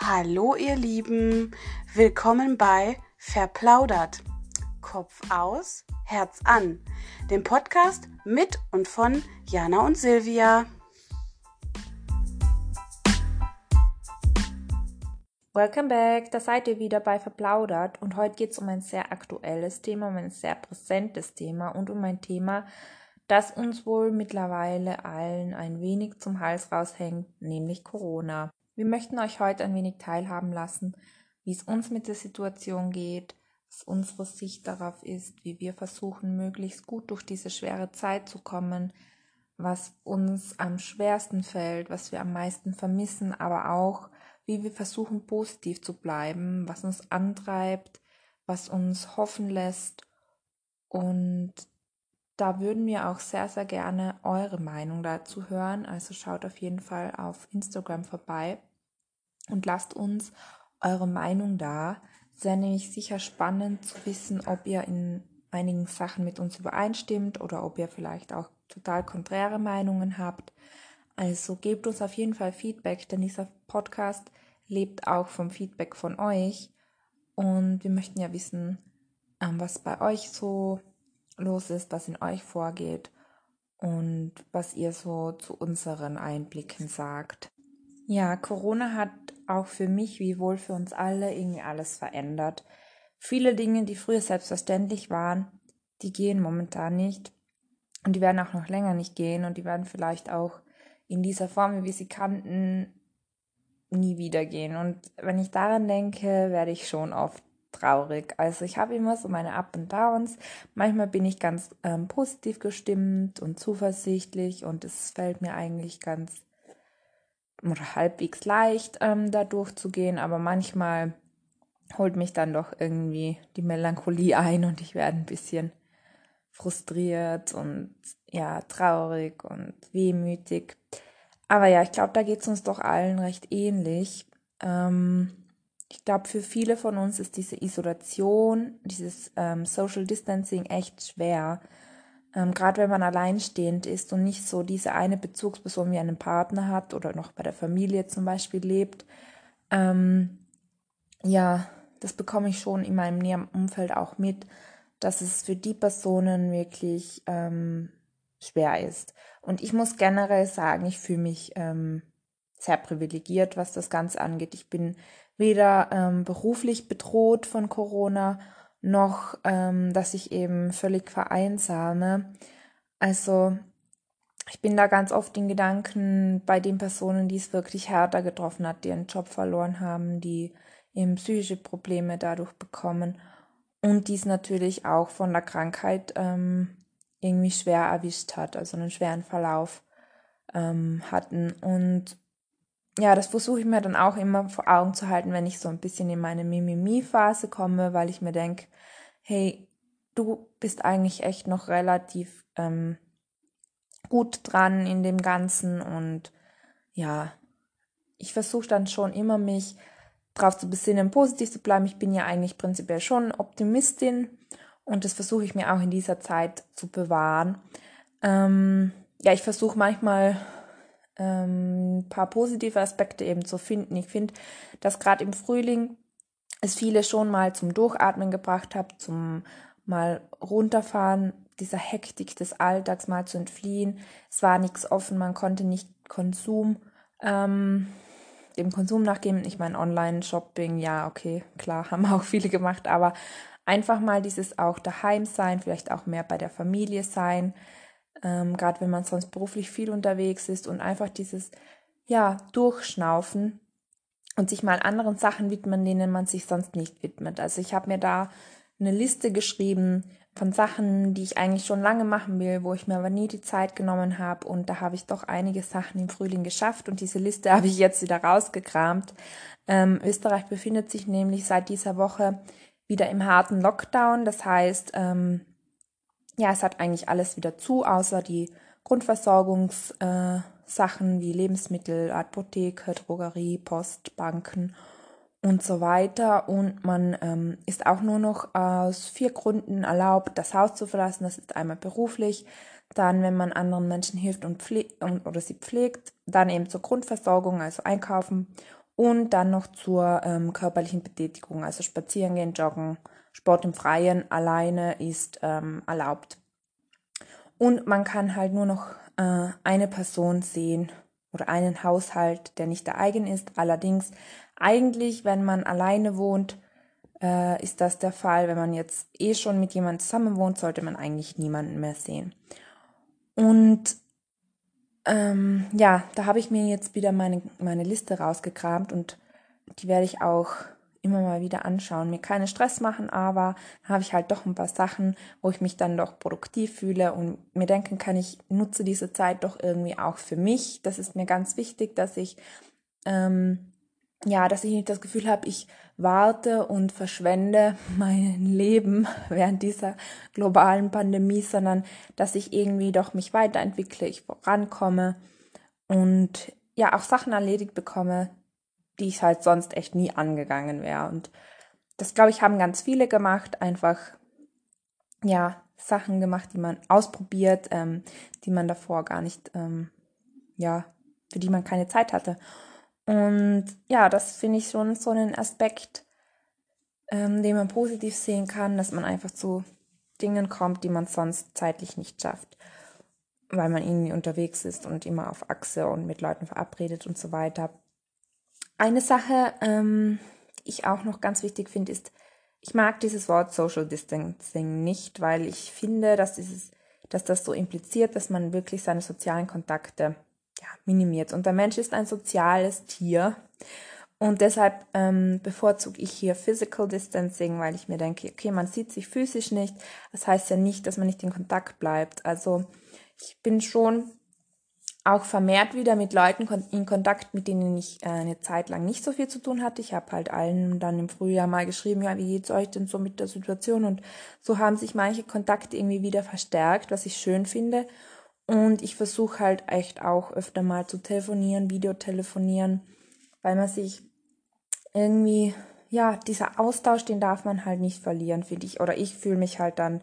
Hallo ihr Lieben, willkommen bei Verplaudert. Kopf aus, Herz an, dem Podcast mit und von Jana und Silvia. Welcome back, da seid ihr wieder bei Verplaudert und heute geht es um ein sehr aktuelles Thema, um ein sehr präsentes Thema und um ein Thema, das uns wohl mittlerweile allen ein wenig zum Hals raushängt, nämlich Corona. Wir möchten euch heute ein wenig teilhaben lassen, wie es uns mit der Situation geht, was unsere Sicht darauf ist, wie wir versuchen, möglichst gut durch diese schwere Zeit zu kommen, was uns am schwersten fällt, was wir am meisten vermissen, aber auch, wie wir versuchen, positiv zu bleiben, was uns antreibt, was uns hoffen lässt. Und da würden wir auch sehr, sehr gerne eure Meinung dazu hören. Also schaut auf jeden Fall auf Instagram vorbei und lasst uns eure Meinung da. Es wäre nämlich sicher spannend zu wissen, ob ihr in einigen Sachen mit uns übereinstimmt oder ob ihr vielleicht auch total konträre Meinungen habt. Also gebt uns auf jeden Fall Feedback, denn dieser Podcast lebt auch vom Feedback von euch. Und wir möchten ja wissen, was bei euch so los ist, was in euch vorgeht und was ihr so zu unseren Einblicken sagt. Ja, Corona hat auch für mich, wie wohl für uns alle, irgendwie alles verändert. Viele Dinge, die früher selbstverständlich waren, die gehen momentan nicht. Und die werden auch noch länger nicht gehen und die werden vielleicht auch in dieser Form, wie wir sie kannten, nie wieder gehen. Und wenn ich daran denke, werde ich schon oft traurig. Also ich habe immer so meine Up und Downs. Manchmal bin ich ganz positiv gestimmt und zuversichtlich und es fällt mir eigentlich ganz oder halbwegs leicht, da durchzugehen, aber manchmal holt mich dann doch irgendwie die Melancholie ein und ich werde ein bisschen frustriert und ja, traurig und wehmütig. Aber ja, ich glaube, da geht es uns doch allen recht ähnlich. Ich glaube, für viele von uns ist diese Isolation, dieses Social Distancing echt schwer. Gerade wenn man alleinstehend ist und nicht so diese eine Bezugsperson wie einen Partner hat oder noch bei der Familie zum Beispiel lebt. Ja, das bekomme ich schon in meinem näheren Umfeld auch mit, dass es für die Personen wirklich schwer ist. Und ich muss generell sagen, ich fühle mich sehr privilegiert, was das Ganze angeht. Ich bin weder beruflich bedroht von Corona, noch, dass ich eben völlig vereinsame. Also ich bin da ganz oft in Gedanken bei den Personen, die es wirklich härter getroffen hat, die ihren Job verloren haben, die eben psychische Probleme dadurch bekommen und die es natürlich auch von der Krankheit irgendwie schwer erwischt hat, also einen schweren Verlauf hatten. Und ja, das versuche ich mir dann auch immer vor Augen zu halten, wenn ich so ein bisschen in meine Mimimi-Phase komme, weil ich mir denke, hey, du bist eigentlich echt noch relativ gut dran in dem Ganzen und ja, ich versuche dann schon immer mich darauf zu besinnen, positiv zu bleiben. Ich bin ja eigentlich prinzipiell schon Optimistin und das versuche ich mir auch in dieser Zeit zu bewahren. Ja, ich versuche manchmal ein paar positive Aspekte eben zu finden. Ich finde, dass gerade im Frühling es viele schon mal zum Durchatmen gebracht hat, zum mal runterfahren, dieser Hektik des Alltags mal zu entfliehen. Es war nichts offen, man konnte nicht dem Konsum nachgeben. Ich meine, Online-Shopping, ja, okay, klar, haben auch viele gemacht, aber einfach mal dieses auch daheim sein, vielleicht auch mehr bei der Familie sein, gerade wenn man sonst beruflich viel unterwegs ist und einfach dieses, ja, Durchschnaufen und sich mal anderen Sachen widmen, denen man sich sonst nicht widmet. Also ich habe mir da eine Liste geschrieben von Sachen, die ich eigentlich schon lange machen will, wo ich mir aber nie die Zeit genommen habe und da habe ich doch einige Sachen im Frühling geschafft und diese Liste habe ich jetzt wieder rausgekramt. Österreich befindet sich nämlich seit dieser Woche wieder im harten Lockdown, das heißt, ja, es hat eigentlich alles wieder zu, außer die Grundversorgungssachen wie Lebensmittel, Apotheke, Drogerie, Post, Banken und so weiter. Und man ist auch nur noch aus 4 Gründen erlaubt, das Haus zu verlassen. Das ist einmal beruflich, dann, wenn man anderen Menschen hilft und oder sie pflegt, dann eben zur Grundversorgung, also einkaufen und dann noch zur körperlichen Betätigung, also spazieren gehen, joggen, Sport im Freien alleine ist erlaubt. Und man kann halt nur noch eine Person sehen oder einen Haushalt, der nicht der eigene ist. Allerdings eigentlich, wenn man alleine wohnt, ist das der Fall. Wenn man jetzt schon mit jemandem zusammen wohnt, sollte man eigentlich niemanden mehr sehen. Und da habe ich mir jetzt wieder meine Liste rausgekramt und die werde ich auch immer mal wieder anschauen. Mir keinen Stress machen, aber dann habe ich halt doch ein paar Sachen, wo ich mich dann doch produktiv fühle und mir denken kann, ich nutze diese Zeit doch irgendwie auch für mich. Das ist mir ganz wichtig, dass ich nicht das Gefühl habe, ich warte und verschwende mein Leben während dieser globalen Pandemie, sondern dass ich irgendwie doch mich weiterentwickle, ich vorankomme und ja auch Sachen erledigt bekomme, die ich halt sonst echt nie angegangen wäre. Und das, glaube ich, haben ganz viele gemacht, einfach Sachen gemacht, die man ausprobiert, die man davor gar nicht, für die man keine Zeit hatte. Und ja, das finde ich schon so einen Aspekt, den man positiv sehen kann, dass man einfach zu Dingen kommt, die man sonst zeitlich nicht schafft, weil man irgendwie unterwegs ist und immer auf Achse und mit Leuten verabredet und so weiter. Eine Sache, die ich auch noch ganz wichtig finde, ist, ich mag dieses Wort Social Distancing nicht, weil ich finde, dass das so impliziert, dass man wirklich seine sozialen Kontakte minimiert. Und der Mensch ist ein soziales Tier. Und deshalb bevorzuge ich hier Physical Distancing, weil ich mir denke, okay, man sieht sich physisch nicht. Das heißt ja nicht, dass man nicht in Kontakt bleibt. Also ich bin schon auch vermehrt wieder mit Leuten in Kontakt, mit denen ich eine Zeit lang nicht so viel zu tun hatte. Ich habe halt allen dann im Frühjahr mal geschrieben, ja, wie geht's euch denn so mit der Situation? Und so haben sich manche Kontakte irgendwie wieder verstärkt, was ich schön finde. Und ich versuche halt echt auch öfter mal zu telefonieren, Videotelefonieren, weil man sich irgendwie, dieser Austausch, den darf man halt nicht verlieren, finde ich. Oder ich fühle mich halt dann,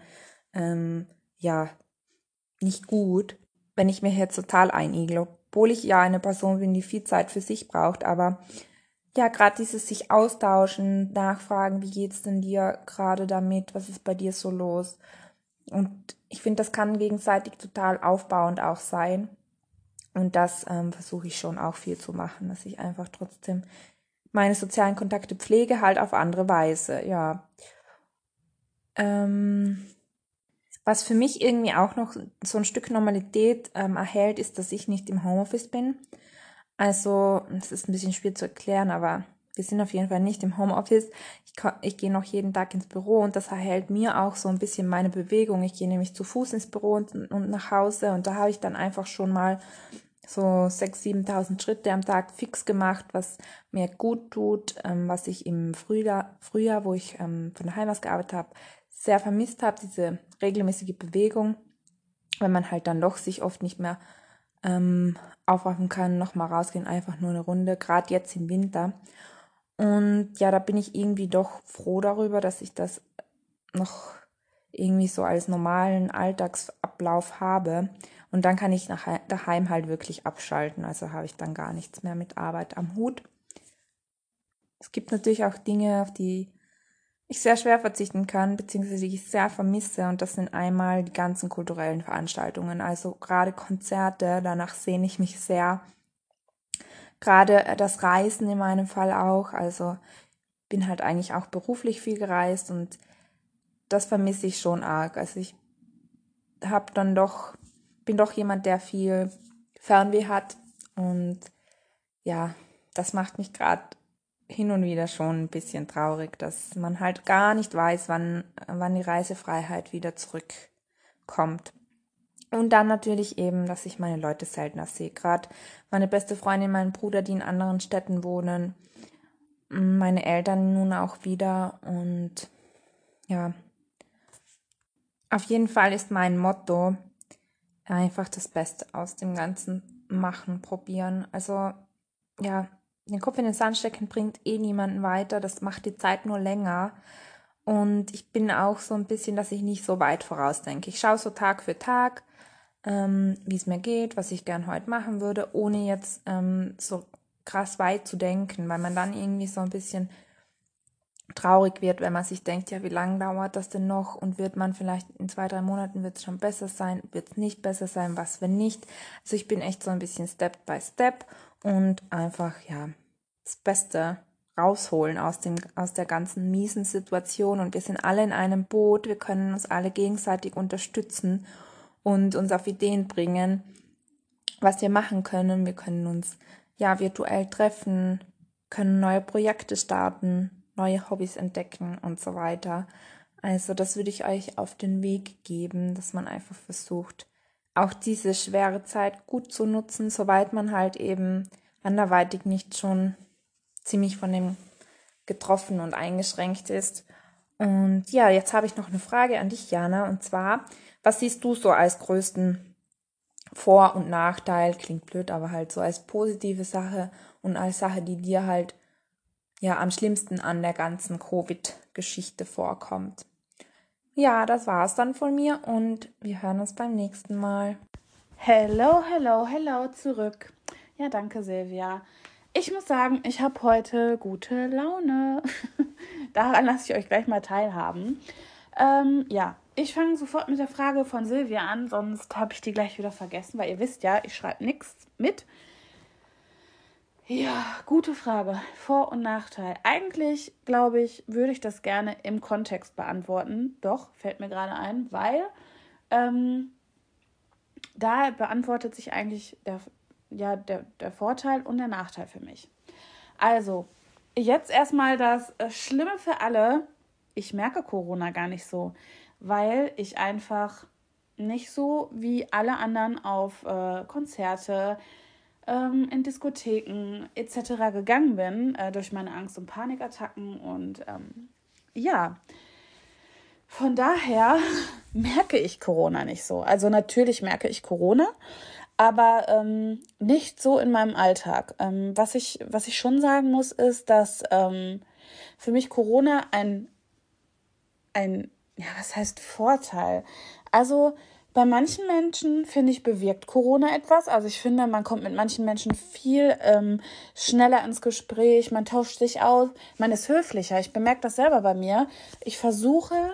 nicht gut, wenn ich mir jetzt total einigle, obwohl ich ja eine Person bin, die viel Zeit für sich braucht, aber ja, gerade dieses sich austauschen, nachfragen, wie geht's denn dir gerade damit, was ist bei dir so los? Und ich finde, das kann gegenseitig total aufbauend auch sein. Und das versuche ich schon auch viel zu machen, dass ich einfach trotzdem meine sozialen Kontakte pflege, halt auf andere Weise, ja. Was für mich irgendwie auch noch so ein Stück Normalität erhält, ist, dass ich nicht im Homeoffice bin. Also, das ist ein bisschen schwer zu erklären, aber wir sind auf jeden Fall nicht im Homeoffice. Ich gehe noch jeden Tag ins Büro und das erhält mir auch so ein bisschen meine Bewegung. Ich gehe nämlich zu Fuß ins Büro und nach Hause und da habe ich dann einfach schon mal so 6.000, 7.000 Schritte am Tag fix gemacht, was mir gut tut, was ich im Frühjahr, wo ich von daheim aus gearbeitet habe, sehr vermisst habe, diese regelmäßige Bewegung, weil man halt dann doch sich oft nicht mehr aufwachen kann, nochmal rausgehen, einfach nur eine Runde, gerade jetzt im Winter. Und ja, da bin ich irgendwie doch froh darüber, dass ich das noch irgendwie so als normalen Alltagsablauf habe. Und dann kann ich daheim halt wirklich abschalten. Also habe ich dann gar nichts mehr mit Arbeit am Hut. Es gibt natürlich auch Dinge, auf die ich sehr schwer verzichten kann, beziehungsweise die ich sehr vermisse. Und das sind einmal die ganzen kulturellen Veranstaltungen. Also gerade Konzerte, danach sehne ich mich sehr. Gerade das Reisen in meinem Fall auch. Also bin halt eigentlich auch beruflich viel gereist und das vermisse ich schon arg. Also ich bin doch jemand, der viel Fernweh hat und ja, das macht mich gerade hin und wieder schon ein bisschen traurig, dass man halt gar nicht weiß, wann die Reisefreiheit wieder zurückkommt. Und dann natürlich eben, dass ich meine Leute seltener sehe. Gerade meine beste Freundin, mein Bruder, die in anderen Städten wohnen, meine Eltern nun auch wieder und ja, auf jeden Fall ist mein Motto einfach das Beste aus dem Ganzen machen, probieren. Also ja, den Kopf in den Sand stecken bringt niemanden weiter, das macht die Zeit nur länger. Und ich bin auch so ein bisschen, dass ich nicht so weit vorausdenke. Ich schaue so Tag für Tag, wie es mir geht, was ich gern heute machen würde, ohne jetzt so krass weit zu denken, weil man dann irgendwie so ein bisschen traurig wird, wenn man sich denkt, ja, wie lange dauert das denn noch und wird man vielleicht in 2-3 Monaten wird es schon besser sein, wird es nicht besser sein, was wenn nicht. Also ich bin echt so ein bisschen Step by Step und einfach, ja, das Beste rausholen aus der ganzen miesen Situation und wir sind alle in einem Boot, wir können uns alle gegenseitig unterstützen und uns auf Ideen bringen, was wir machen können. Wir können uns ja virtuell treffen, können neue Projekte starten, neue Hobbys entdecken und so weiter. Also das würde ich euch auf den Weg geben, dass man einfach versucht, auch diese schwere Zeit gut zu nutzen, soweit man halt eben anderweitig nicht schon ziemlich von dem getroffen und eingeschränkt ist. Und ja, jetzt habe ich noch eine Frage an dich, Jana, und zwar, was siehst du so als größten Vor- und Nachteil, klingt blöd, aber halt so als positive Sache und als Sache, die dir halt ja am schlimmsten an der ganzen Covid-Geschichte vorkommt. Ja, das war's dann von mir und wir hören uns beim nächsten Mal. Hello, hello, hello zurück. Ja, danke, Silvia. Ich muss sagen, ich habe heute gute Laune. Daran lasse ich euch gleich mal teilhaben. Ja, ich fange sofort mit der Frage von Silvia an, sonst habe ich die gleich wieder vergessen, weil ihr wisst ja, ich schreibe nichts mit. Ja, gute Frage. Vor- und Nachteil. Eigentlich, glaube ich, würde ich das gerne im Kontext beantworten. Doch, fällt mir gerade ein, weil da beantwortet sich eigentlich der Vorteil und der Nachteil für mich. Also, jetzt erstmal das Schlimme für alle. Ich merke Corona gar nicht so, weil ich einfach nicht so wie alle anderen auf Konzerte, in Diskotheken etc. gegangen bin, durch meine Angst- und Panikattacken. Und ja, von daher merke ich Corona nicht so. Also natürlich merke ich Corona, aber nicht so in meinem Alltag. Was ich schon sagen muss, ist, dass für mich Corona ja, was heißt Vorteil? Also bei manchen Menschen, finde ich, bewirkt Corona etwas. Also ich finde, man kommt mit manchen Menschen viel schneller ins Gespräch, man tauscht sich aus, man ist höflicher. Ich bemerke das selber bei mir. Ich versuche,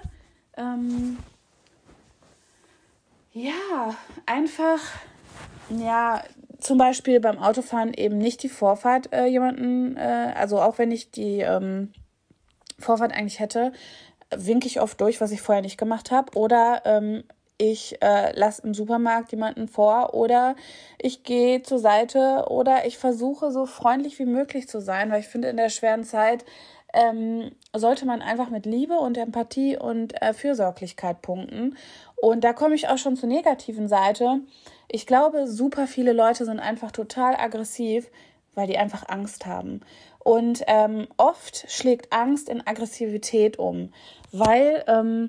ja, einfach, ja, zum Beispiel beim Autofahren eben nicht die Vorfahrt also auch wenn ich die Vorfahrt eigentlich hätte, winke ich oft durch, was ich vorher nicht gemacht habe. Oder ich lasse im Supermarkt jemanden vor oder ich gehe zur Seite oder ich versuche so freundlich wie möglich zu sein, weil ich finde, in der schweren Zeit sollte man einfach mit Liebe und Empathie und Fürsorglichkeit punkten. Und da komme ich auch schon zur negativen Seite. Ich glaube, super viele Leute sind einfach total aggressiv, weil die einfach Angst haben. Und oft schlägt Angst in Aggressivität um, weil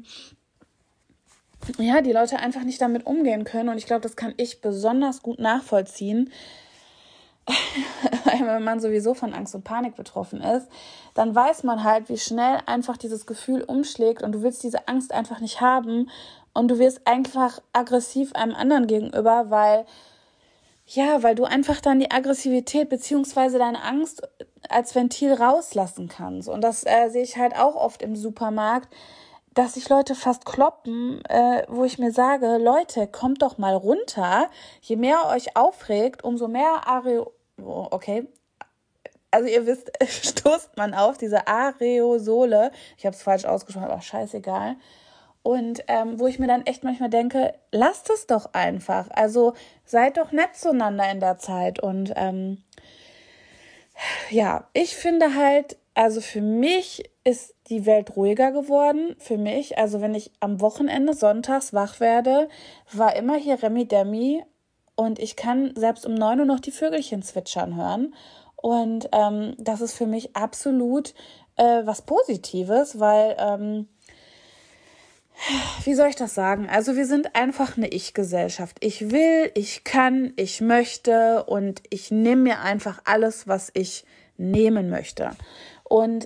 ja, die Leute einfach nicht damit umgehen können. Und ich glaube, das kann ich besonders gut nachvollziehen. Wenn man sowieso von Angst und Panik betroffen ist, dann weiß man halt, wie schnell einfach dieses Gefühl umschlägt und du willst diese Angst einfach nicht haben und du wirst einfach aggressiv einem anderen gegenüber, weil du einfach dann die Aggressivität beziehungsweise deine Angst als Ventil rauslassen kannst. Und das sehe ich halt auch oft im Supermarkt, dass sich Leute fast kloppen, wo ich mir sage, Leute, kommt doch mal runter. Je mehr ihr euch aufregt, umso mehr okay. Also ihr wisst, stoßt man auf diese Aerosole. Ich habe es falsch ausgesprochen, aber scheißegal. Und wo ich mir dann echt manchmal denke, lasst es doch einfach. Also seid doch nett zueinander in der Zeit. Und ja, ich finde halt, also für mich ist die Welt ruhiger geworden. Für mich, also wenn ich am Wochenende sonntags wach werde, war immer hier Remi Demi und ich kann selbst um 9 Uhr noch die Vögelchen zwitschern hören. Und das ist für mich absolut was Positives, weil wie soll ich das sagen? Also wir sind einfach eine Ich-Gesellschaft. Ich will, ich kann, ich möchte und ich nehme mir einfach alles, was ich nehmen möchte. Und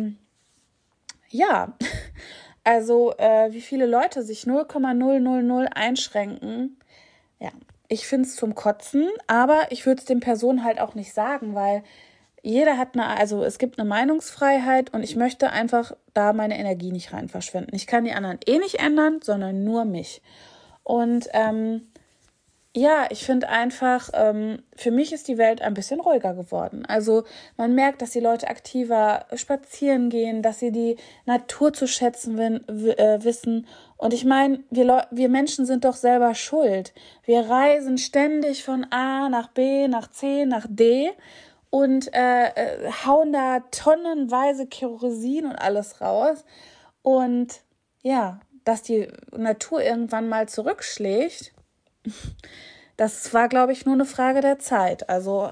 ja, also wie viele Leute sich 0,000 einschränken, ja, ich finde es zum Kotzen, aber ich würde es den Personen halt auch nicht sagen, weil jeder hat also es gibt eine Meinungsfreiheit und ich möchte einfach da meine Energie nicht rein verschwenden. Ich kann die anderen nicht ändern, sondern nur mich. Und ja, ich finde einfach, für mich ist die Welt ein bisschen ruhiger geworden. Also man merkt, dass die Leute aktiver spazieren gehen, dass sie die Natur zu schätzen wissen. Und ich meine, wir Menschen sind doch selber schuld. Wir reisen ständig von A nach B, nach C, nach D und hauen da tonnenweise Kerosin und alles raus. Und ja, dass die Natur irgendwann mal zurückschlägt, das war, glaube ich, nur eine Frage der Zeit. Also,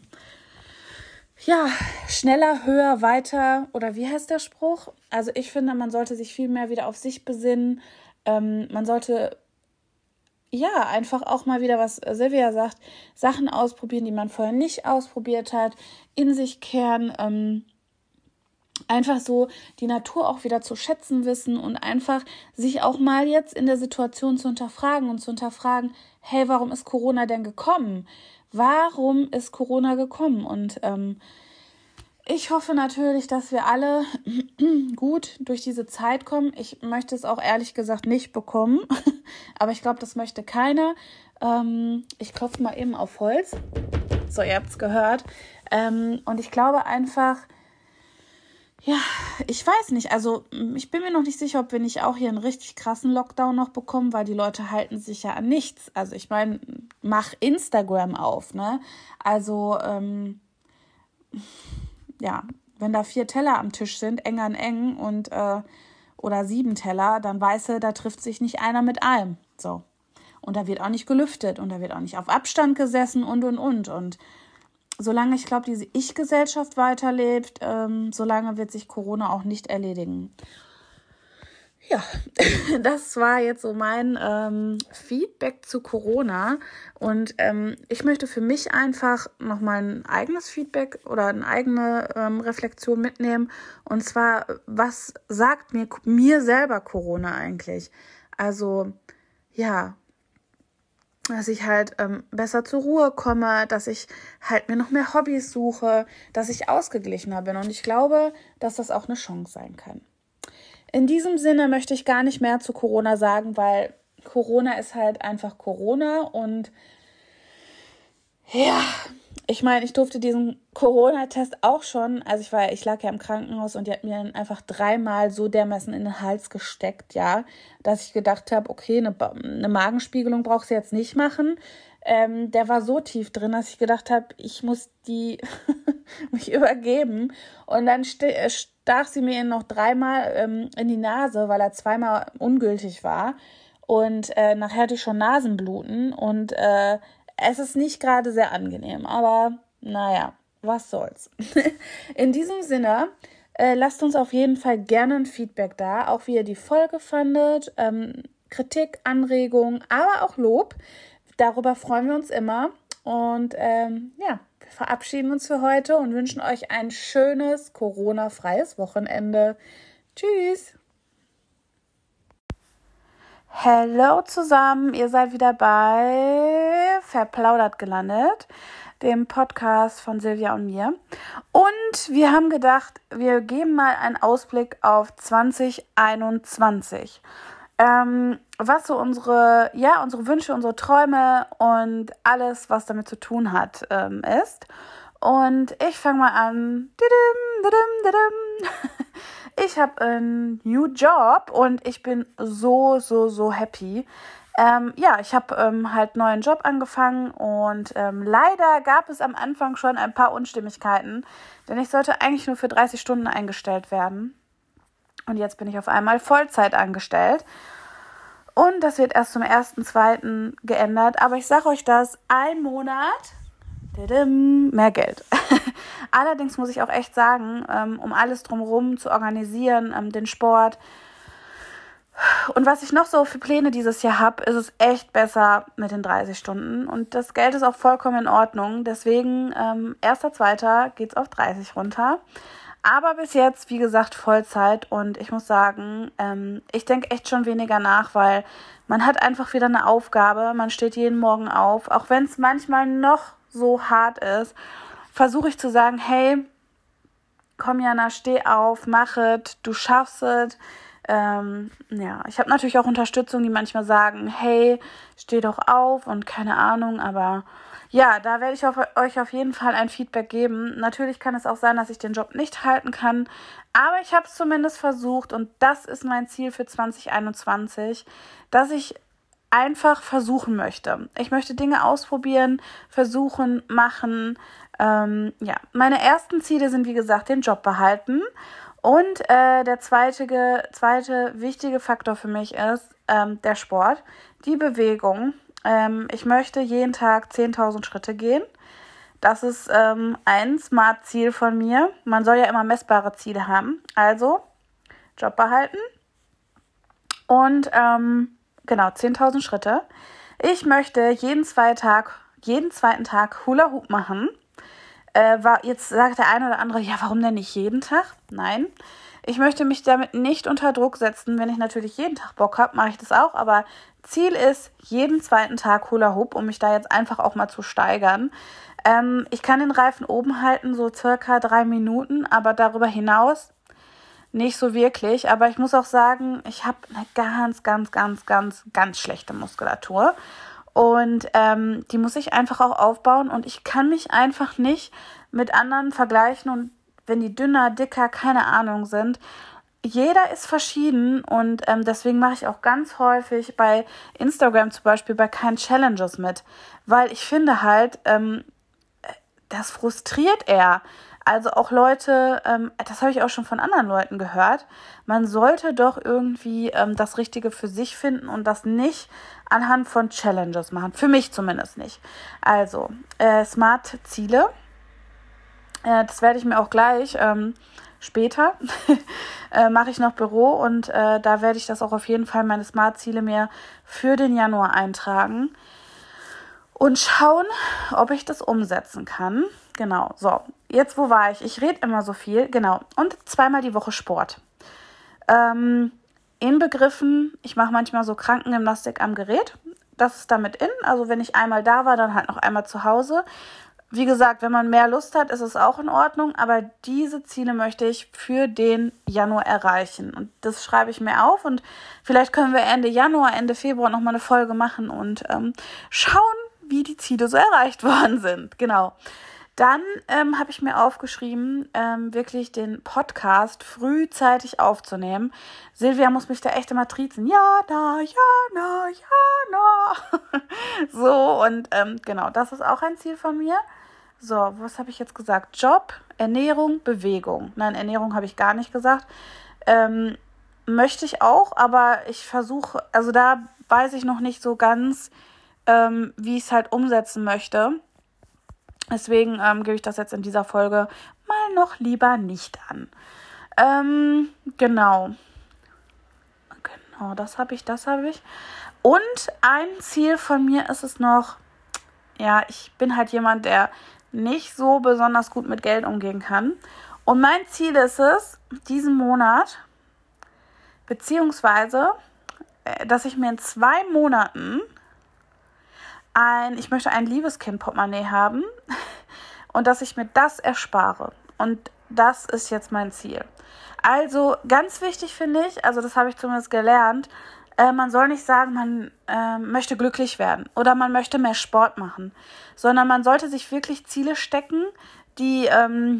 ja, schneller, höher, weiter, oder wie heißt der Spruch? Also ich finde, man sollte sich viel mehr wieder auf sich besinnen. Man sollte, ja, einfach auch mal wieder, was Silvia sagt, Sachen ausprobieren, die man vorher nicht ausprobiert hat, in sich kehren, einfach so die Natur auch wieder zu schätzen wissen und einfach sich auch mal jetzt in der Situation zu hinterfragen, hey, warum ist Corona denn gekommen? Warum ist Corona gekommen? Und ich hoffe natürlich, dass wir alle gut durch diese Zeit kommen. Ich möchte es auch ehrlich gesagt nicht bekommen, aber ich glaube, das möchte keiner. Ich klopfe mal eben auf Holz. So, ihr habt es gehört. Und ich glaube einfach, ja, ich weiß nicht, also ich bin mir noch nicht sicher, ob wir nicht auch hier einen richtig krassen Lockdown noch bekommen, weil die Leute halten sich ja an nichts. Also ich meine, mach Instagram auf, ne? Also, ja, wenn da 4 Teller am Tisch sind, eng an eng und oder 7 Teller, dann weißt du, da trifft sich nicht einer mit allem. So. Und da wird auch nicht gelüftet und da wird auch nicht auf Abstand gesessen und. Und solange, ich glaube, diese Ich-Gesellschaft weiterlebt, solange wird sich Corona auch nicht erledigen. Ja, das war jetzt so mein Feedback zu Corona. Und ich möchte für mich einfach nochmal ein eigenes Feedback oder eine eigene Reflexion mitnehmen. Und zwar, was sagt mir selber Corona eigentlich? Also, ja, dass ich halt besser zur Ruhe komme, dass ich halt mir noch mehr Hobbys suche, dass ich ausgeglichener bin. Und ich glaube, dass das auch eine Chance sein kann. In diesem Sinne möchte ich gar nicht mehr zu Corona sagen, weil Corona ist halt einfach Corona. Und ja, ich meine, ich durfte diesen Corona-Test auch schon, also ich lag ja im Krankenhaus und die hat mir dann einfach 3-mal so dermaßen in den Hals gesteckt, ja, dass ich gedacht habe, okay, eine Magenspiegelung brauchst du jetzt nicht machen. Der war so tief drin, dass ich gedacht habe, ich muss mich übergeben. Und dann stach sie mir noch 3-mal in die Nase, weil er 2-mal ungültig war. Und nachher hatte ich schon Nasenbluten und es ist nicht gerade sehr angenehm, aber naja, was soll's. In diesem Sinne, lasst uns auf jeden Fall gerne ein Feedback da, auch wie ihr die Folge fandet, Kritik, Anregungen, aber auch Lob. Darüber freuen wir uns immer. Und ja, wir verabschieden uns für heute und wünschen euch ein schönes, Corona-freies Wochenende. Tschüss! Hallo zusammen, ihr seid wieder bei Verplaudert gelandet, dem Podcast von Silvia und mir. Und wir haben gedacht, wir geben mal einen Ausblick auf 2021. Was so unsere Wünsche, unsere Träume und alles, was damit zu tun hat, ist. Und ich fange mal an. Ich habe einen New Job und ich bin so happy. Ich habe halt einen neuen Job angefangen und leider gab es am Anfang schon ein paar Unstimmigkeiten, denn ich sollte eigentlich nur für 30 Stunden eingestellt werden. Und jetzt bin ich auf einmal Vollzeit angestellt. Und das wird erst zum 1.2. geändert. Aber ich sage euch das, ein Monat, mehr Geld. Allerdings muss ich auch echt sagen, um alles drumherum zu organisieren, den Sport und was ich noch so für Pläne dieses Jahr habe, ist es echt besser mit den 30 Stunden. Und das Geld ist auch vollkommen in Ordnung. Deswegen 1.2. geht es auf 30 runter. Aber bis jetzt, wie gesagt, Vollzeit. Und ich muss sagen, ich denke echt schon weniger nach, weil man hat einfach wieder eine Aufgabe, man steht jeden Morgen auf, auch wenn es manchmal noch so hart ist, versuche ich zu sagen, hey, komm Jana, steh auf, mach es, du schaffst es. Ich habe natürlich auch Unterstützung, die manchmal sagen, hey, steh doch auf und keine Ahnung, aber ja, da werde ich euch auf jeden Fall ein Feedback geben. Natürlich kann es auch sein, dass ich den Job nicht halten kann, aber ich habe es zumindest versucht und das ist mein Ziel für 2021, dass ich einfach versuchen möchte. Ich möchte Dinge ausprobieren, versuchen, machen. Meine ersten Ziele sind, wie gesagt, den Job behalten. Und der zweite wichtige Faktor für mich ist der Sport, die Bewegung. Ich möchte jeden Tag 10.000 Schritte gehen. Das ist ein Smart-Ziel von mir. Man soll ja immer messbare Ziele haben. Also Job behalten und 10.000 Schritte. Ich möchte jeden zweiten Tag Hula Hoop machen. Jetzt sagt der eine oder andere, ja, warum denn nicht jeden Tag? Nein, ich möchte mich damit nicht unter Druck setzen. Wenn ich natürlich jeden Tag Bock habe, mache ich das auch. Aber Ziel ist, jeden zweiten Tag Hula Hoop, um mich da jetzt einfach auch mal zu steigern. Ich kann den Reifen oben halten, so circa 3 Minuten, aber darüber hinaus nicht so wirklich. Aber ich muss auch sagen, ich habe eine ganz schlechte Muskulatur. Und die muss ich einfach auch aufbauen und ich kann mich einfach nicht mit anderen vergleichen und wenn die dünner, dicker, keine Ahnung sind. Jeder ist verschieden und deswegen mache ich auch ganz häufig bei Instagram zum Beispiel bei keinen Challenges mit, weil ich finde halt, das frustriert eher. Also auch Leute, das habe ich auch schon von anderen Leuten gehört, man sollte doch irgendwie das Richtige für sich finden und das nicht anhand von Challenges machen. Für mich zumindest nicht. Also, Smart-Ziele. Das werde ich mir auch gleich später mache ich noch Büro und da werde ich das auch auf jeden Fall, meine Smart-Ziele mir für den Januar eintragen und schauen, ob ich das umsetzen kann. Genau, so, jetzt wo war ich? Ich rede immer so viel, genau. Und 2-mal die Woche Sport. Inbegriffen, ich mache manchmal so Krankengymnastik am Gerät. Das ist damit in. Also wenn ich einmal da war, dann halt noch einmal zu Hause. Wie gesagt, wenn man mehr Lust hat, ist es auch in Ordnung. Aber diese Ziele möchte ich für den Januar erreichen. Und das schreibe ich mir auf. Und vielleicht können wir Ende Januar, Ende Februar nochmal eine Folge machen und schauen, wie die Ziele so erreicht worden sind. Genau. Dann habe ich mir aufgeschrieben, wirklich den Podcast frühzeitig aufzunehmen. Silvia muss mich da echt immer triezen. Jana. So, und genau, das ist auch ein Ziel von mir. So, was habe ich jetzt gesagt? Job, Ernährung, Bewegung. Nein, Ernährung habe ich gar nicht gesagt. Möchte ich auch, aber ich versuche, also da weiß ich noch nicht so ganz, wie ich es halt umsetzen möchte. Deswegen gebe ich das jetzt in dieser Folge mal noch lieber nicht an. Genau, das habe ich. Und ein Ziel von mir ist es noch, ja, ich bin halt jemand, der nicht so besonders gut mit Geld umgehen kann. Und mein Ziel ist es, diesen Monat, beziehungsweise, dass ich mir in 2 Monaten ich möchte ein Liebeskind-Portemonnaie haben und dass ich mir das erspare. Und das ist jetzt mein Ziel. Also ganz wichtig finde ich, also das habe ich zumindest gelernt, man soll nicht sagen, man möchte glücklich werden oder man möchte mehr Sport machen, sondern man sollte sich wirklich Ziele stecken, die,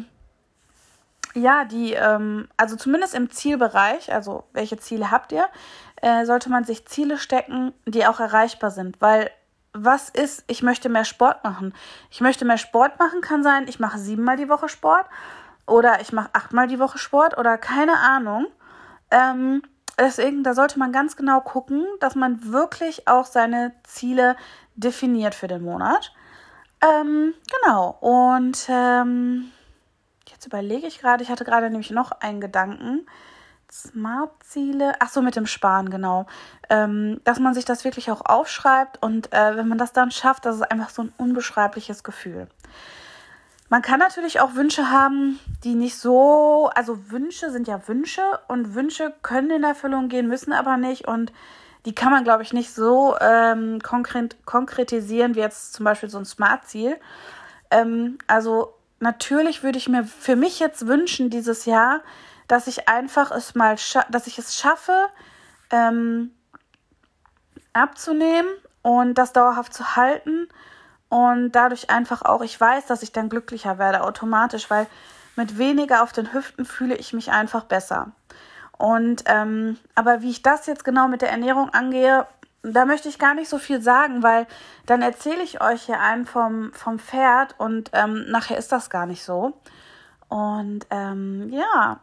also zumindest im Zielbereich, also welche Ziele habt ihr, sollte man sich Ziele stecken, die auch erreichbar sind, weil was ist, ich möchte mehr Sport machen. Ich möchte mehr Sport machen, kann sein, ich mache 7-mal die Woche Sport oder ich mache 8-mal die Woche Sport oder keine Ahnung. Deswegen, da sollte man ganz genau gucken, dass man wirklich auch seine Ziele definiert für den Monat. Genau, und jetzt überlege ich gerade, ich hatte gerade nämlich noch einen Gedanken. Smart-Ziele, mit dem Sparen, genau. Dass man sich das wirklich auch aufschreibt und wenn man das dann schafft, das ist einfach so ein unbeschreibliches Gefühl. Man kann natürlich auch Wünsche haben, die nicht so, also Wünsche sind ja Wünsche und Wünsche können in Erfüllung gehen, müssen aber nicht und die kann man, glaube ich, nicht so konkretisieren wie jetzt zum Beispiel so ein Smart-Ziel. Also natürlich würde ich mir für mich jetzt wünschen dieses Jahr, dass ich einfach dass ich es schaffe, abzunehmen und das dauerhaft zu halten und dadurch einfach auch, ich weiß, dass ich dann glücklicher werde automatisch, weil mit weniger auf den Hüften fühle ich mich einfach besser. Und aber wie ich das jetzt genau mit der Ernährung angehe, da möchte ich gar nicht so viel sagen, weil dann erzähle ich euch hier einen vom Pferd und nachher ist das gar nicht so. Und ja,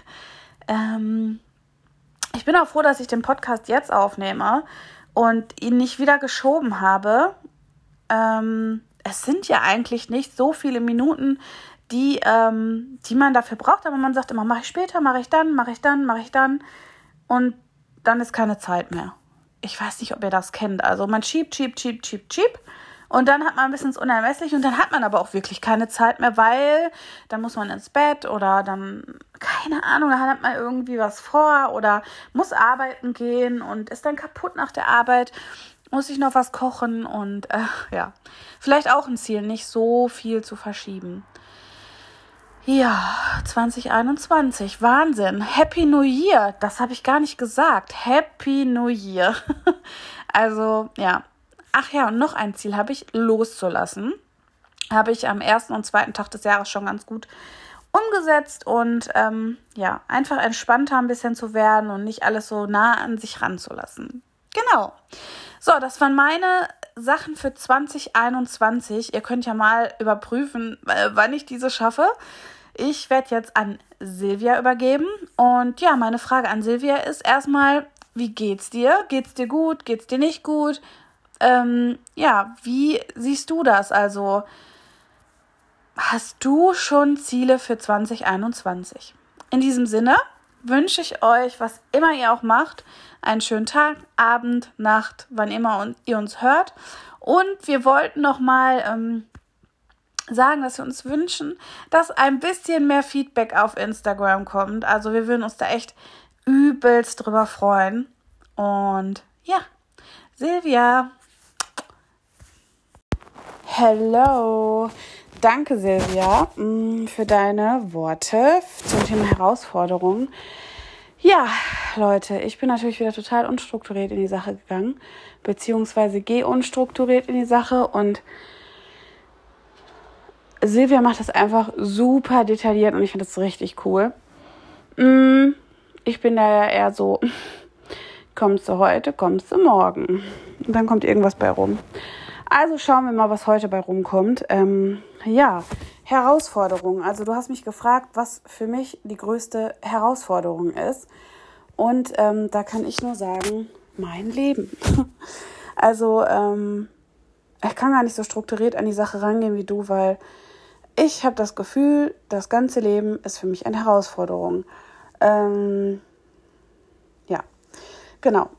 ich bin auch froh, dass ich den Podcast jetzt aufnehme und ihn nicht wieder geschoben habe. Es sind ja eigentlich nicht so viele Minuten, die man dafür braucht, aber man sagt immer, mache ich später, mache ich dann und dann ist keine Zeit mehr. Ich weiß nicht, ob ihr das kennt. Also man schiebt und dann hat man ein bisschen ins Unermessliche und dann hat man aber auch wirklich keine Zeit mehr, weil dann muss man ins Bett oder dann, keine Ahnung, dann hat man irgendwie was vor oder muss arbeiten gehen und ist dann kaputt nach der Arbeit, muss ich noch was kochen und ja, vielleicht auch ein Ziel, nicht so viel zu verschieben. Ja, 2021, Wahnsinn. Happy New Year, das habe ich gar nicht gesagt. Happy New Year. Also, ja. Ach ja, und noch ein Ziel habe ich, loszulassen. Habe ich am 1. und 2. Tag des Jahres schon ganz gut umgesetzt und ja, einfach entspannter ein bisschen zu werden und nicht alles so nah an sich ranzulassen. Genau. So, das waren meine Sachen für 2021. Ihr könnt ja mal überprüfen, wann ich diese schaffe. Ich werde jetzt an Silvia übergeben. Und ja, meine Frage an Silvia ist erstmal, wie geht's dir? Geht's dir gut? Geht's dir nicht gut? Ja, wie siehst du das? Also, hast du schon Ziele für 2021? In diesem Sinne wünsche ich euch, was immer ihr auch macht, einen schönen Tag, Abend, Nacht, wann immer ihr uns hört. Und wir wollten noch mal sagen, dass wir uns wünschen, dass ein bisschen mehr Feedback auf Instagram kommt. Also wir würden uns da echt übelst drüber freuen. Und ja, Silvia. Hello. Danke, Silvia, für deine Worte zum Thema Herausforderungen. Ja, Leute, ich bin natürlich wieder total unstrukturiert in die Sache gegangen, beziehungsweise gehe unstrukturiert in die Sache und Silvia macht das einfach super detailliert und ich finde das richtig cool. Ich bin da ja eher so, kommst du heute, kommst du morgen. Und dann kommt irgendwas bei rum. Also schauen wir mal, was heute bei rumkommt. Ja, Herausforderungen. Also du hast mich gefragt, was für mich die größte Herausforderung ist. Und da kann ich nur sagen, mein Leben. Also ich kann gar nicht so strukturiert an die Sache rangehen wie du, weil ich habe das Gefühl, das ganze Leben ist für mich eine Herausforderung. Ja, genau.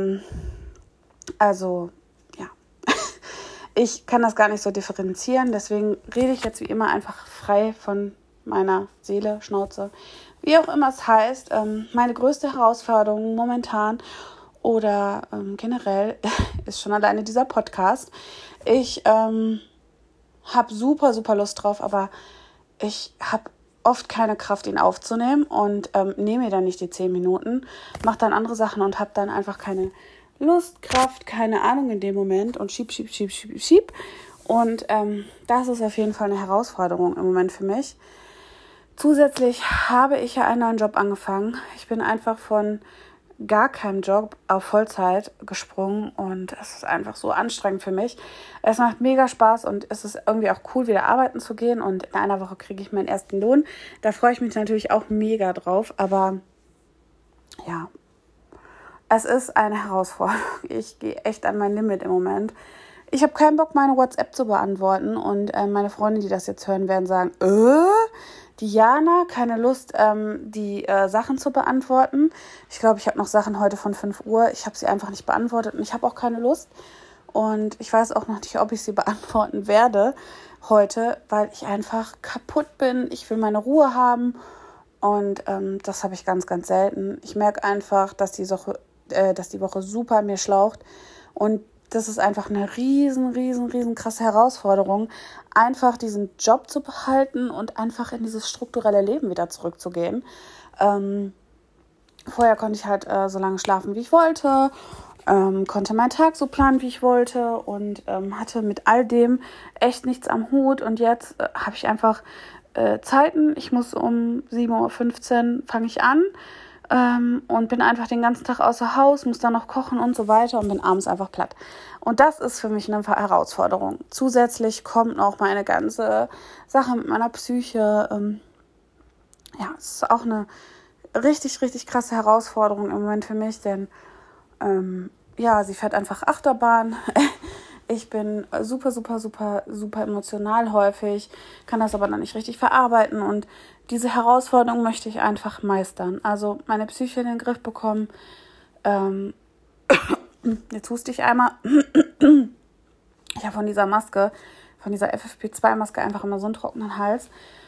Also, ja. Ich kann das gar nicht so differenzieren, deswegen rede ich jetzt wie immer einfach frei von meiner Seele, Schnauze, wie auch immer es heißt. Meine größte Herausforderung momentan oder generell ist schon alleine dieser Podcast. Ich habe super, super Lust drauf, aber ich habe oft keine Kraft, ihn aufzunehmen und nehme mir dann nicht die 10 Minuten, mache dann andere Sachen und habe dann einfach keine Lust, Kraft, keine Ahnung in dem Moment und schieb. Und das ist auf jeden Fall eine Herausforderung im Moment für mich. Zusätzlich habe ich ja einen neuen Job angefangen. Ich bin einfach von gar keinem Job auf Vollzeit gesprungen und es ist einfach so anstrengend für mich. Es macht mega Spaß und es ist irgendwie auch cool, wieder arbeiten zu gehen und in einer Woche kriege ich meinen ersten Lohn. Da freue ich mich natürlich auch mega drauf, aber ja, es ist eine Herausforderung. Ich gehe echt an mein Limit im Moment. Ich habe keinen Bock, meine WhatsApp zu beantworten und meine Freunde, die das jetzt hören, werden sagen, Diana, keine Lust, die Sachen zu beantworten. Ich glaube, ich habe noch Sachen heute von 5 Uhr. Ich habe sie einfach nicht beantwortet und ich habe auch keine Lust. Und ich weiß auch noch nicht, ob ich sie beantworten werde heute, weil ich einfach kaputt bin. Ich will meine Ruhe haben und das habe ich ganz, ganz selten. Ich merke einfach, dass die dass die Woche super an mir schlaucht. Und das ist einfach eine riesen krasse Herausforderung, einfach diesen Job zu behalten und einfach in dieses strukturelle Leben wieder zurückzugehen. Vorher konnte ich halt so lange schlafen, wie ich wollte, konnte meinen Tag so planen, wie ich wollte und hatte mit all dem echt nichts am Hut. Und jetzt habe ich einfach Zeiten. Ich muss um 7:15 Uhr fange ich an und bin einfach den ganzen Tag außer Haus, muss dann noch kochen und so weiter und bin abends einfach platt. Und das ist für mich eine Herausforderung. Zusätzlich kommt noch meine ganze Sache mit meiner Psyche. Es ist auch eine richtig krasse Herausforderung im Moment für mich, denn sie fährt einfach Achterbahn. Ich bin super emotional häufig, kann das aber dann nicht richtig verarbeiten und diese Herausforderung möchte ich einfach meistern. Also meine Psyche in den Griff bekommen. Jetzt huste ich einmal. Ich habe von dieser Maske, von dieser FFP2-Maske einfach immer so einen trockenen Hals.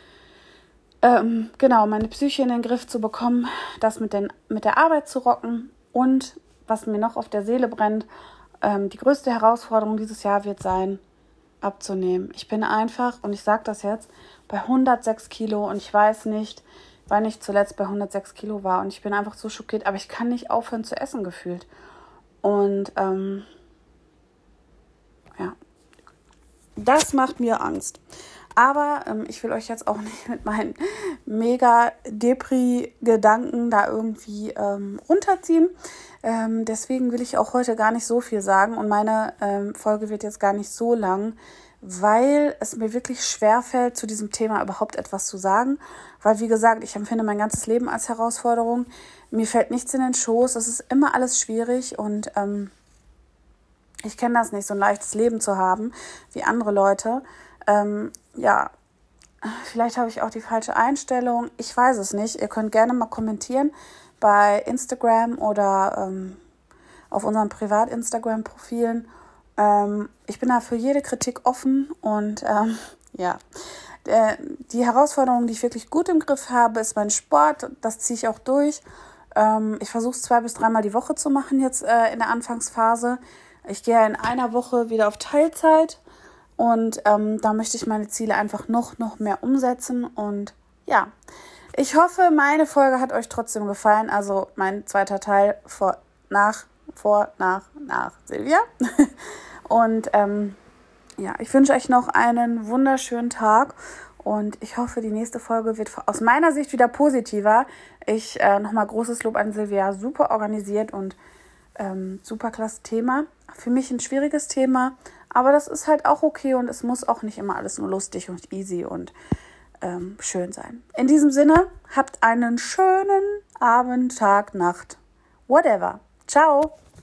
Meine Psyche in den Griff zu bekommen, das mit der Arbeit zu rocken und was mir noch auf der Seele brennt, die größte Herausforderung dieses Jahr wird sein, abzunehmen. Ich bin einfach, und ich sage das jetzt, bei 106 Kilo und ich weiß nicht, wann ich zuletzt bei 106 Kilo war und ich bin einfach so schockiert, aber ich kann nicht aufhören zu essen gefühlt. Und das macht mir Angst. Aber ich will euch jetzt auch nicht mit meinen mega Depri-Gedanken da irgendwie runterziehen. Deswegen will ich auch heute gar nicht so viel sagen. Und meine Folge wird jetzt gar nicht so lang, weil es mir wirklich schwerfällt, zu diesem Thema überhaupt etwas zu sagen. Weil, wie gesagt, ich empfinde mein ganzes Leben als Herausforderung. Mir fällt nichts in den Schoß. Es ist immer alles schwierig und ich kenne das nicht, so ein leichtes Leben zu haben wie andere Leute. Vielleicht habe ich auch die falsche Einstellung. Ich weiß es nicht. Ihr könnt gerne mal kommentieren bei Instagram oder auf unseren Privat-Instagram-Profilen. Ich bin da für jede Kritik offen und die Herausforderung, die ich wirklich gut im Griff habe, ist mein Sport. Das ziehe ich auch durch. Ich versuche es 2 bis 3 Mal die Woche zu machen jetzt in der Anfangsphase. Ich gehe in einer Woche wieder auf Teilzeit und da möchte ich meine Ziele einfach noch mehr umsetzen. Und ja, ich hoffe, meine Folge hat euch trotzdem gefallen. Also mein zweiter Teil nach Silvia. Und ich wünsche euch noch einen wunderschönen Tag. Und ich hoffe, die nächste Folge wird aus meiner Sicht wieder positiver. Nochmal großes Lob an Silvia, super organisiert und super klasse Thema. Für mich ein schwieriges Thema, aber das ist halt auch okay und es muss auch nicht immer alles nur lustig und easy und schön sein. In diesem Sinne, habt einen schönen Abend, Tag, Nacht, whatever. Ciao!